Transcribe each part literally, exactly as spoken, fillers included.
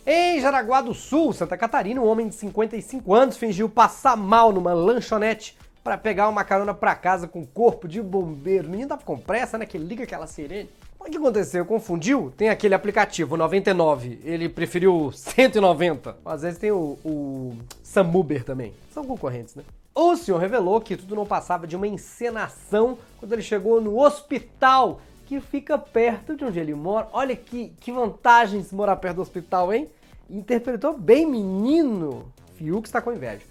Em Jaraguá do Sul, Santa Catarina, um homem de cinquenta e cinco anos fingiu passar mal numa lanchonete para pegar uma carona para casa com corpo de bombeiro. O menino tava com pressa, né? Que liga aquela sirene. O que aconteceu? Confundiu? Tem aquele aplicativo noventa e nove, ele preferiu cento e noventa. Às vezes tem o, o Samuber também. São concorrentes, né? O senhor revelou que tudo não passava de uma encenação quando ele chegou no hospital que fica perto de onde ele mora. Olha que, que vantagens morar perto do hospital, hein? Interpretou bem, menino. Fiuk está com inveja.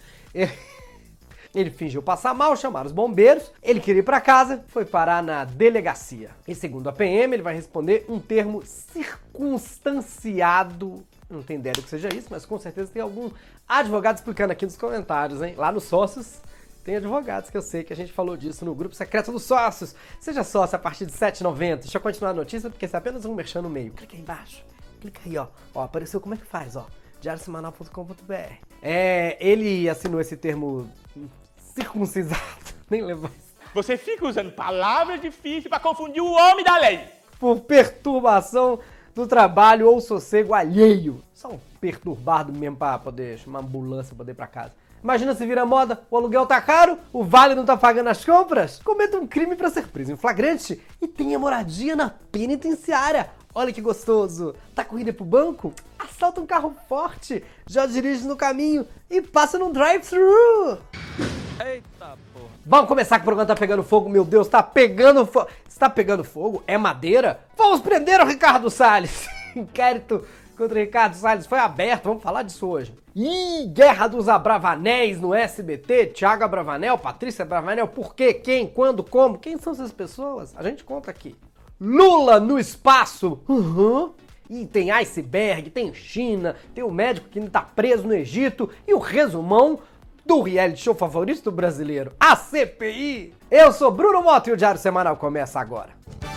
Ele fingiu passar mal, chamaram os bombeiros, ele queria ir para casa, foi parar na delegacia. E segundo a P M, ele vai responder um termo circunstanciado. Não tenho ideia do que seja isso, mas com certeza tem algum advogado explicando aqui nos comentários, hein? Lá nos sócios tem advogados que eu sei que a gente falou disso no grupo secreto dos sócios. Seja sócio a partir de sete reais e noventa centavos. Deixa eu continuar a notícia, porque esse é apenas um merchan no meio. Clica aí embaixo. Clica aí, ó. Ó, apareceu como é que faz, ó. diário semanal ponto com ponto b r. É, ele assinou esse termo circuncisado. Nem lembro. Você fica usando palavras difíceis para confundir o homem da lei. Por perturbação do trabalho ou sossego alheio. Só um perturbado mesmo pra poder chamar ambulância pra poder ir pra casa. Imagina se vira moda, o aluguel tá caro, o vale não tá pagando as compras. Cometa um crime pra ser preso em flagrante e tenha moradia na penitenciária. Olha que gostoso. Tá corrida pro banco? Assalta um carro forte, já dirige no caminho e passa num drive-thru. Eita porra. Vamos começar que o programa tá pegando fogo, meu Deus, tá pegando fogo. Se tá pegando fogo, é madeira? Vamos prender o Ricardo Salles. Inquérito contra o Ricardo Salles foi aberto, vamos falar disso hoje. Ih, guerra dos Abravanéis no S B T, Thiago Abravanel, Patrícia Abravanel, por quê, quem, quando, como, quem são essas pessoas? A gente conta aqui. Lula no espaço, uhum. E tem iceberg, tem China, tem o médico que ainda tá preso no Egito e o resumão do reality show favorito do brasileiro, a C P I. Eu sou Bruno Mota e o Diário Semanal começa agora.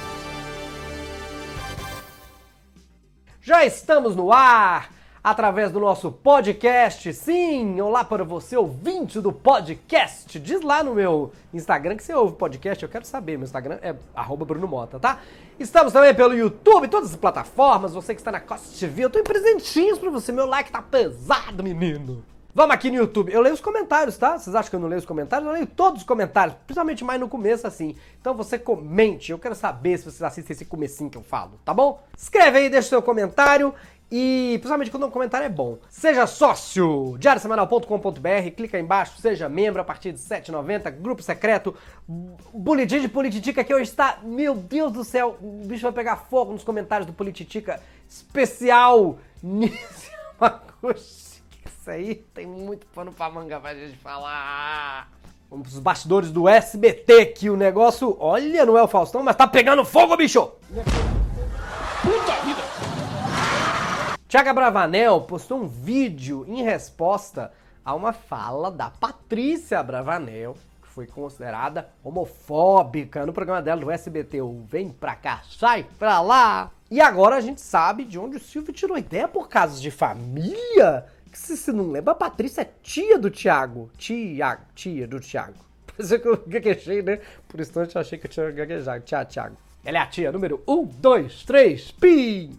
Já estamos no ar, através do nosso podcast. Sim, olá para você, ouvinte do podcast. Diz lá no meu Instagram que você ouve podcast, eu quero saber. Meu Instagram é arroba Bruno Mota, tá? Estamos também pelo YouTube, todas as plataformas. Você que está na Costa T V, eu tô em presentinhos pra você. Meu like tá pesado, menino. Vamos aqui no YouTube. Eu leio os comentários, tá? Vocês acham que eu não leio os comentários? Eu leio todos os comentários, principalmente mais no começo, assim. Então você comente, eu quero saber se vocês assistem esse comecinho que eu falo, tá bom? Escreve aí, deixa o seu comentário e, principalmente quando um comentário é bom. Seja sócio, diário semanal ponto com ponto b r, clica aí embaixo, seja membro a partir de sete reais e noventa centavos, grupo secreto, Boletim de Polititica que hoje está, meu Deus do céu, o bicho vai pegar fogo nos comentários do Polititica especial. Isso aí tem muito pano pra manga pra gente falar. Vamos pros bastidores do S B T, que o negócio, olha, não é o Faustão, mas tá pegando fogo, bicho! Puta vida! Thiago Abravanel postou um vídeo em resposta a uma fala da Patrícia Abravanel, que foi considerada homofóbica no programa dela do S B T, o Vem Pra Cá, Sai Pra Lá. E agora a gente sabe de onde o Silvio tirou ideia por casos de família. Se você não lembra, a Patrícia é tia do Thiago. Tia, tia do Thiago. Parece que eu gaguejei, né? Por isso eu achei que eu tinha gaguejado. Tia, Thiago. Ela é a tia número um, dois, três, pim!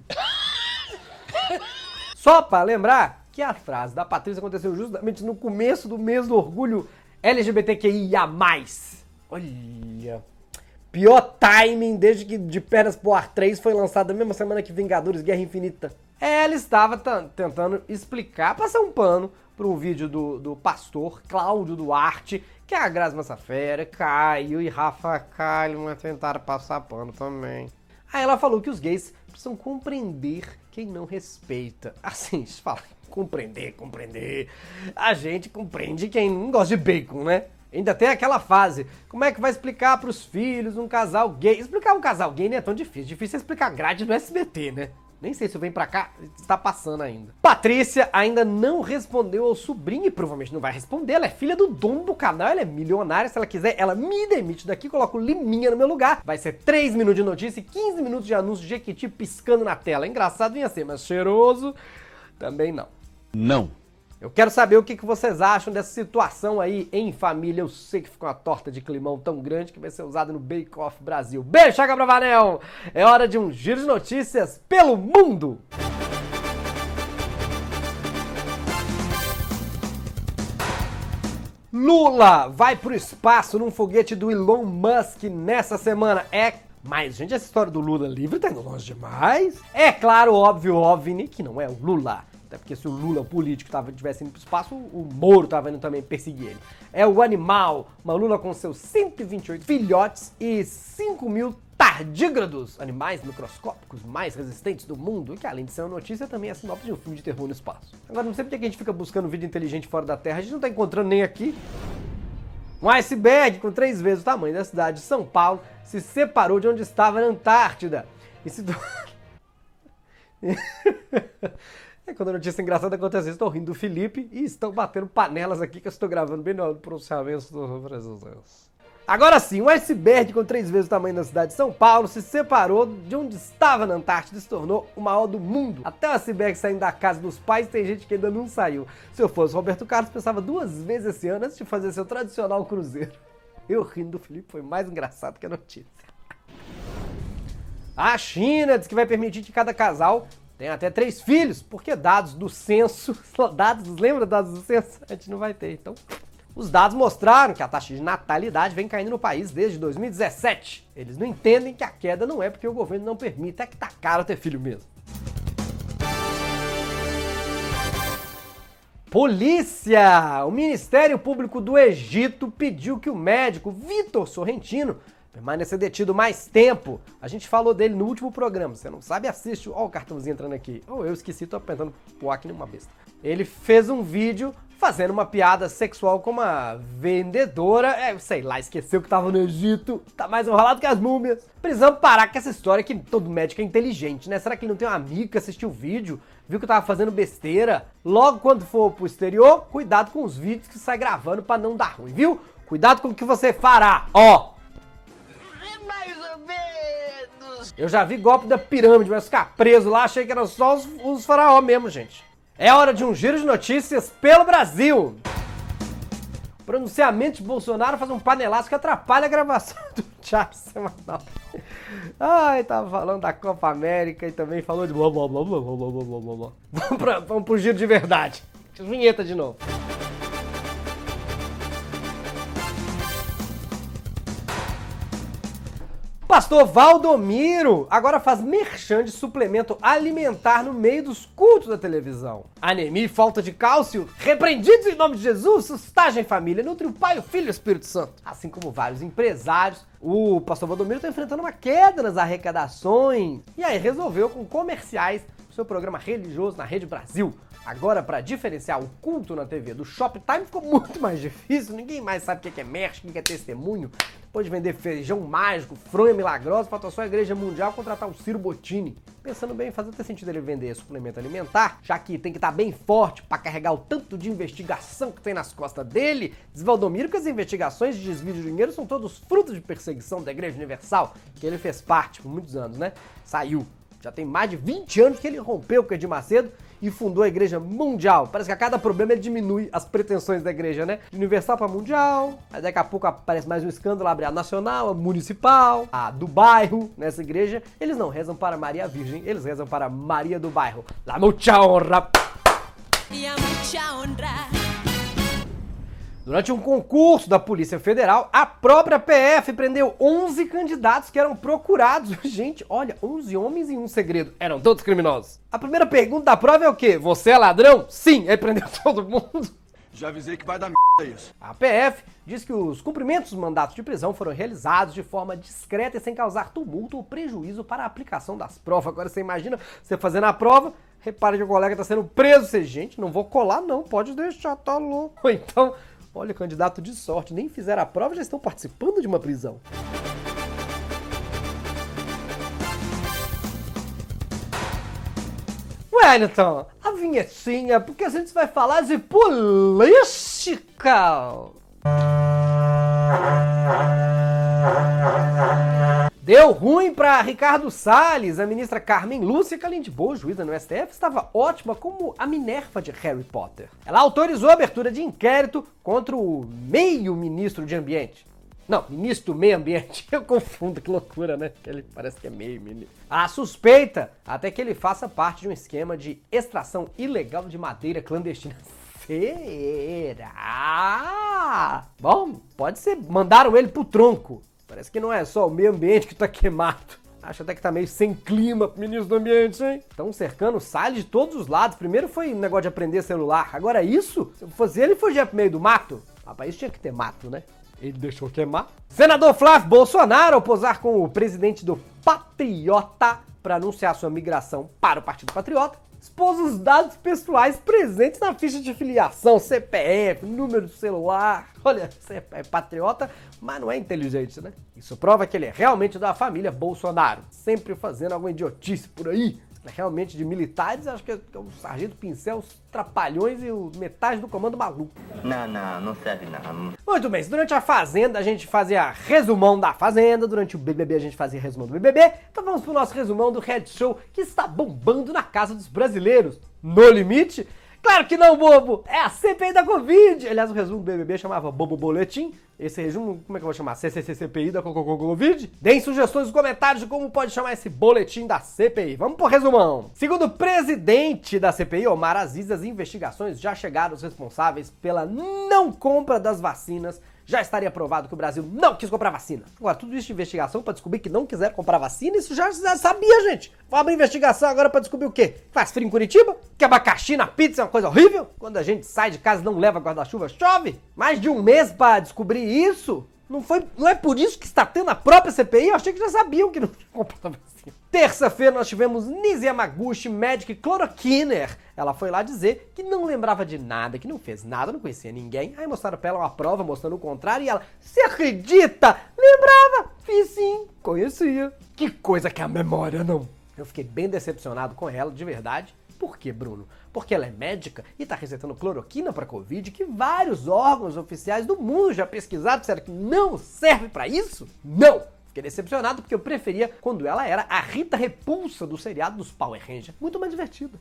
Só pra lembrar que a frase da Patrícia aconteceu justamente no começo do mês do orgulho L G B T Q I A mais. Olha... Pior timing desde que De Pernas pro Ar três foi lançado na mesma semana que Vingadores Guerra Infinita. Ela estava tentando explicar, passar um pano para um vídeo do, do pastor Cláudio Duarte, que a Grazi Massafera, Caio e Rafa Kalimann tentaram passar pano também. Aí ela falou que os gays precisam compreender quem não respeita. Assim, fala, compreender, compreender. A gente compreende quem não gosta de bacon, né? Ainda tem aquela fase, como é que vai explicar pros filhos um casal gay? Explicar um casal gay não é tão difícil, difícil é explicar grade do S B T, né? Nem sei se eu venho pra cá, está passando ainda. Patrícia ainda não respondeu ao sobrinho e provavelmente não vai responder, ela é filha do dono do canal, ela é milionária, se ela quiser, ela me demite daqui, coloca o Liminha no meu lugar. Vai ser três minutos de notícia e quinze minutos de anúncio de Jequiti piscando na tela. Engraçado vinha ser, mas cheiroso também não. Não. Eu quero saber o que vocês acham dessa situação aí em família. Eu sei que ficou uma torta de climão tão grande que vai ser usada no Bake Off Brasil. Beijo, Thiago Abravanel! É hora de um giro de notícias pelo mundo! Lula vai pro espaço num foguete do Elon Musk nessa semana. É, mas, gente, essa história do Lula livre tá indo longe demais. É claro, óbvio, OVNI, que não é o Lula. Até porque se o Lula, o político, tava, tivesse indo pro espaço, o Moro tava indo também perseguir ele. É o animal, uma Lula com seus cento e vinte e oito filhotes e cinco mil tardígrados, animais microscópicos mais resistentes do mundo, e que além de ser uma notícia, também é sinopse de um filme de terror no espaço. Agora, não sei porque a gente fica buscando vida inteligente fora da Terra, a gente não tá encontrando nem aqui. Um iceberg com três vezes o tamanho da cidade de São Paulo se separou de onde estava na Antártida. E se... É quando a notícia engraçada acontece, estou rindo do Felipe e estão batendo panelas aqui que eu estou gravando bem no pronunciamento do presidente. Agora sim, um iceberg com três vezes o tamanho da cidade de São Paulo se separou de onde estava na Antártida e se tornou o maior do mundo. Até o iceberg saindo da casa dos pais, tem gente que ainda não saiu. Se eu fosse Roberto Carlos, pensava duas vezes esse ano antes de fazer seu tradicional cruzeiro. Eu rindo do Felipe foi mais engraçado que a notícia. A China diz que vai permitir que cada casal tenha até três filhos, porque dados do censo, dados, lembra dados do censo? A gente não vai ter, então... Os dados mostraram que a taxa de natalidade vem caindo no país desde dois mil e dezessete. Eles não entendem que a queda não é porque o governo não permite, é que tá caro ter filho mesmo. Polícia! O Ministério Público do Egito pediu que o médico Vitor Sorrentino permaneça detido mais tempo. A gente falou dele no último programa. Você não sabe, assiste. Ó o cartãozinho entrando aqui. Oh, eu esqueci, tô apertando o aqui numa besta. Ele fez um vídeo fazendo uma piada sexual com uma vendedora. É, sei lá, esqueceu que tava no Egito. Tá mais enrolado que as múmias. Precisamos parar com essa história que todo médico é inteligente, né? Será que ele não tem um amigo que assistiu o vídeo, viu que eu tava fazendo besteira? Logo quando for pro exterior, cuidado com os vídeos que sai gravando pra não dar ruim, viu? Cuidado com o que você fará. Ó. Mais ou menos. Eu já vi golpe da pirâmide, mas ficar preso lá, achei que eram só os, os faraó mesmo, gente. É hora de um giro de notícias pelo Brasil. O pronunciamento de Bolsonaro faz um panelaço que atrapalha a gravação do Thiago Semanal. Ai, tava falando da Copa América e também falou de blá blá blá blá blá blá blá blá blá. Vamos, pra, vamos pro giro de verdade. Vinheta de novo. Pastor Valdomiro agora faz merchan de suplemento alimentar no meio dos cultos da televisão. Anemia e falta de cálcio, repreendidos em nome de Jesus, sustagem família, nutre o Pai, o Filho e o Espírito Santo. Assim como vários empresários, o pastor Valdomiro está enfrentando uma queda nas arrecadações e aí resolveu com comerciais o seu programa religioso na Rede Brasil. Agora, para diferenciar o culto na T V do Shoptime, ficou muito mais difícil. Ninguém mais sabe o que é merch, o que é testemunho. Depois de vender feijão mágico, fronha milagrosa, faltou só a Igreja Mundial contratar o Ciro Bottini. Pensando bem, faz até sentido ele vender suplemento alimentar, já que tem que estar bem forte para carregar o tanto de investigação que tem nas costas dele. Diz Valdomiro que as investigações de desvio de dinheiro são todos frutos de perseguição da Igreja Universal, que ele fez parte por muitos anos, né? Saiu. Já tem mais de vinte anos que ele rompeu com o Edir Macedo e fundou a Igreja Mundial. Parece que a cada problema ele diminui as pretensões da igreja, né? De universal para mundial, aí daqui a pouco aparece mais um escândalo, abre a nacional, a municipal, a do bairro. Nessa igreja, eles não rezam para Maria Virgem, eles rezam para Maria do bairro. La mucha honra! E a mucha honra. Durante um concurso da Polícia Federal, a própria P F prendeu onze candidatos que eram procurados. Gente, olha, onze homens e um segredo. Eram todos criminosos. A primeira pergunta da prova é o quê? Você é ladrão? Sim, aí prendeu todo mundo. Já avisei que vai dar merda isso. A P F diz que os cumprimentos dos mandatos de prisão foram realizados de forma discreta e sem causar tumulto ou prejuízo para a aplicação das provas. Agora você imagina você fazendo a prova, repara que o colega está sendo preso. Você, gente, não vou colar não, pode deixar, tá louco. Ou então... Olha, candidato de sorte, nem fizeram a prova e já estão participando de uma prisão. Wellington, a vinhetinha, porque a gente vai falar de política. Deu ruim para Ricardo Salles. A ministra Carmen Lúcia, que além de boa juíza no S T F, estava ótima como a Minerva de Harry Potter. Ela autorizou a abertura de inquérito contra o meio-ministro de Ambiente. Não, ministro do Meio Ambiente. Eu confundo, que loucura, né? Ele parece que é meio-ministro. A suspeita, até que ele faça parte de um esquema de extração ilegal de madeira clandestina. Será? Ah, bom, pode ser. Mandaram ele pro tronco. Parece que não é só o meio ambiente que tá queimado. Acho até que tá meio sem clima pro ministro do ambiente, hein? Estão cercando o Salles de todos os lados. Primeiro foi um negócio de aprender celular. Agora isso? Se eu fosse ele, fugia pro meio do mato. Rapaz, isso tinha que ter mato, né? Ele deixou queimar. Senador Flávio Bolsonaro, ao posar com o presidente do Patriota para anunciar sua migração para o Partido Patriota, expôs os dados pessoais presentes na ficha de filiação, C P F, número de celular. Olha, você é patriota, mas não é inteligente, né? Isso prova que ele é realmente da família Bolsonaro, sempre fazendo alguma idiotice por aí. É realmente de militares, acho que é o Sargento Pincel, os Trapalhões e o metade do comando maluco. Não, não, não serve não. Muito bem, durante a Fazenda a gente fazia resumão da Fazenda, durante o B B B a gente fazia resumão do B B B, então vamos pro nosso resumão do reality show que está bombando na casa dos brasileiros. No Limite? Claro que não, bobo! É a C P I da Covid! Aliás, o resumo do B B B chamava Bobo Boletim. Esse resumo, como é que eu vou chamar? C C C C P I da Covid? Deem sugestões nos comentários de como pode chamar esse boletim da C P I. Vamos pro resumão. Segundo o presidente da C P I, Omar Aziz, as investigações já chegaram aos responsáveis pela não compra das vacinas. Já estaria provado que o Brasil não quis comprar vacina. Agora, tudo isso de investigação pra descobrir que não quiseram comprar vacina, isso já, já sabia, gente. Vamos abrir investigação agora pra descobrir o quê? Faz frio em Curitiba? Que abacaxi na pizza é uma coisa horrível? Quando a gente sai de casa e não leva guarda-chuva, chove? Mais de um mês pra descobrir isso? Não, foi, não é por isso que está tendo a própria C P I? Eu achei que já sabiam que não tinha comprado vacina. Terça-feira nós tivemos Nise Yamaguchi, Magic Chloroquiner. Ela foi lá dizer que não lembrava de nada, que não fez nada, não conhecia ninguém. Aí mostraram pra ela uma prova mostrando o contrário e ela, você acredita? Lembrava? Fiz sim, conhecia. Que coisa que é a memória, não. Eu fiquei bem decepcionado com ela, de verdade. Por quê, Bruno? Porque ela é médica e tá receitando cloroquina pra Covid, que vários órgãos oficiais do mundo já pesquisaram, disseram que não serve pra isso? Não! Fiquei decepcionado porque eu preferia quando ela era a Rita Repulsa do seriado dos Power Rangers. Muito mais divertida.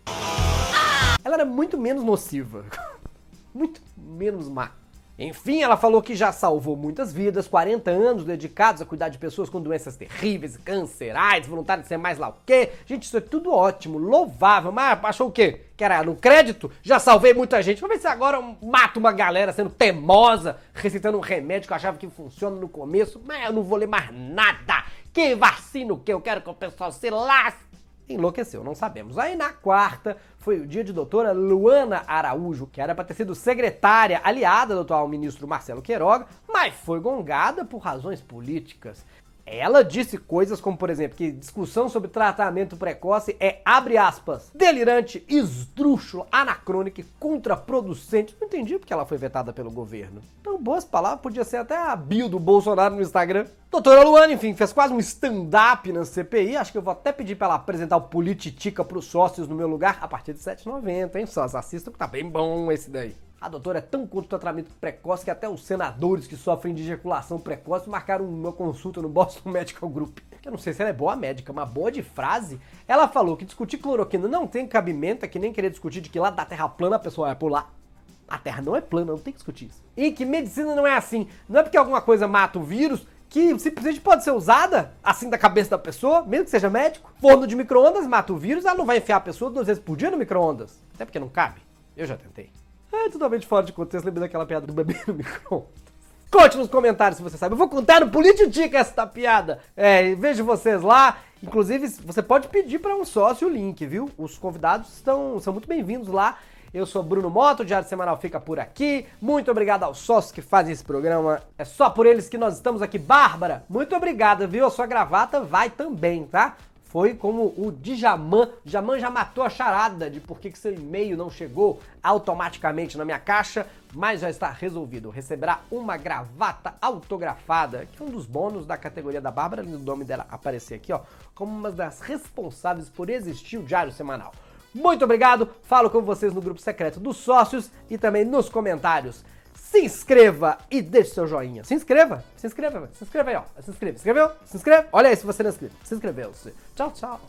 Ela era muito menos nociva. Muito menos má. Enfim, ela falou que já salvou muitas vidas, quarenta anos dedicados a cuidar de pessoas com doenças terríveis, câncer, AIDS, voluntário de ser mais lá o quê. Gente, isso é tudo ótimo, louvável, mas achou o quê? Que era no crédito? Já salvei muita gente. Vamos ver se agora eu mato uma galera sendo teimosa, receitando um remédio que eu achava que funciona no começo, mas eu não vou ler mais nada. Que vacina o quê? Eu quero que o pessoal se lasque. Enlouqueceu, não sabemos. Aí na quarta foi o dia de doutora Luana Araújo, que era para ter sido secretária aliada do atual ministro Marcelo Queiroga, mas foi gongada por razões políticas. Ela disse coisas como, por exemplo, que discussão sobre tratamento precoce é, abre aspas, delirante, esdrúxulo, anacrônico e contraproducente. Não entendi porque ela foi vetada pelo governo. Então, boas palavras, podia ser até a bio do Bolsonaro no Instagram. Doutora Luana, enfim, fez quase um stand-up na C P I. Acho que eu vou até pedir pra ela apresentar o Polititica pros sócios no meu lugar a partir de sete reais e noventa centavos, hein? Só assistam que tá bem bom esse daí. A doutora é tão contra o tratamento precoce que até os senadores que sofrem de ejaculação precoce marcaram uma consulta no Boston Medical Group. Eu não sei se ela é boa médica, mas boa de frase. Ela falou que discutir cloroquina não tem cabimento, é que nem querer discutir de que lado da Terra plana a pessoa vai pular. A Terra não é plana, não tem que discutir isso. E que medicina não é assim. Não é porque alguma coisa mata o vírus que simplesmente pode ser usada assim da cabeça da pessoa, mesmo que seja médico. Forno de micro-ondas mata o vírus, ela não vai enfiar a pessoa duas vezes por dia no micro-ondas. Até porque não cabe. Eu já tentei. É totalmente fora de contexto, lembrei daquela piada do bebê no micro-ondas. Conte nos comentários se você sabe. Eu vou contar no Polititica essa piada. É, vejo vocês lá. Inclusive, você pode pedir para um sócio o link, viu? Os convidados estão, são muito bem-vindos lá. Eu sou Bruno Motto, o Diário Semanal fica por aqui. Muito obrigado aos sócios que fazem esse programa. É só por eles que nós estamos aqui. Bárbara, muito obrigada, viu? A sua gravata vai também, tá? Foi como o Djaman. O Djaman já matou a charada de por que que seu e-mail não chegou automaticamente na minha caixa, mas já está resolvido. Receberá uma gravata autografada, que é um dos bônus da categoria da Bárbara, o nome dela aparecer aqui, ó, como uma das responsáveis por existir o Diário Semanal. Muito obrigado, falo com vocês no grupo secreto dos sócios e também nos comentários. Se inscreva e deixe seu joinha. Se inscreva, se inscreva, se inscreva aí, ó. Se inscreva, se inscreveu? Se inscreve? Olha aí se você não é inscrito. Se inscreveu-se. Tchau, tchau.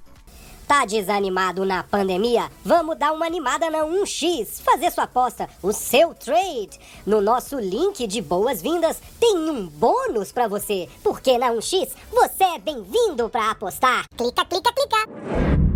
Tá desanimado na pandemia? Vamos dar uma animada na um x, fazer sua aposta, o seu trade. No nosso link de boas-vindas tem um bônus pra você, porque na um x você é bem-vindo pra apostar. Clica, clica, clica.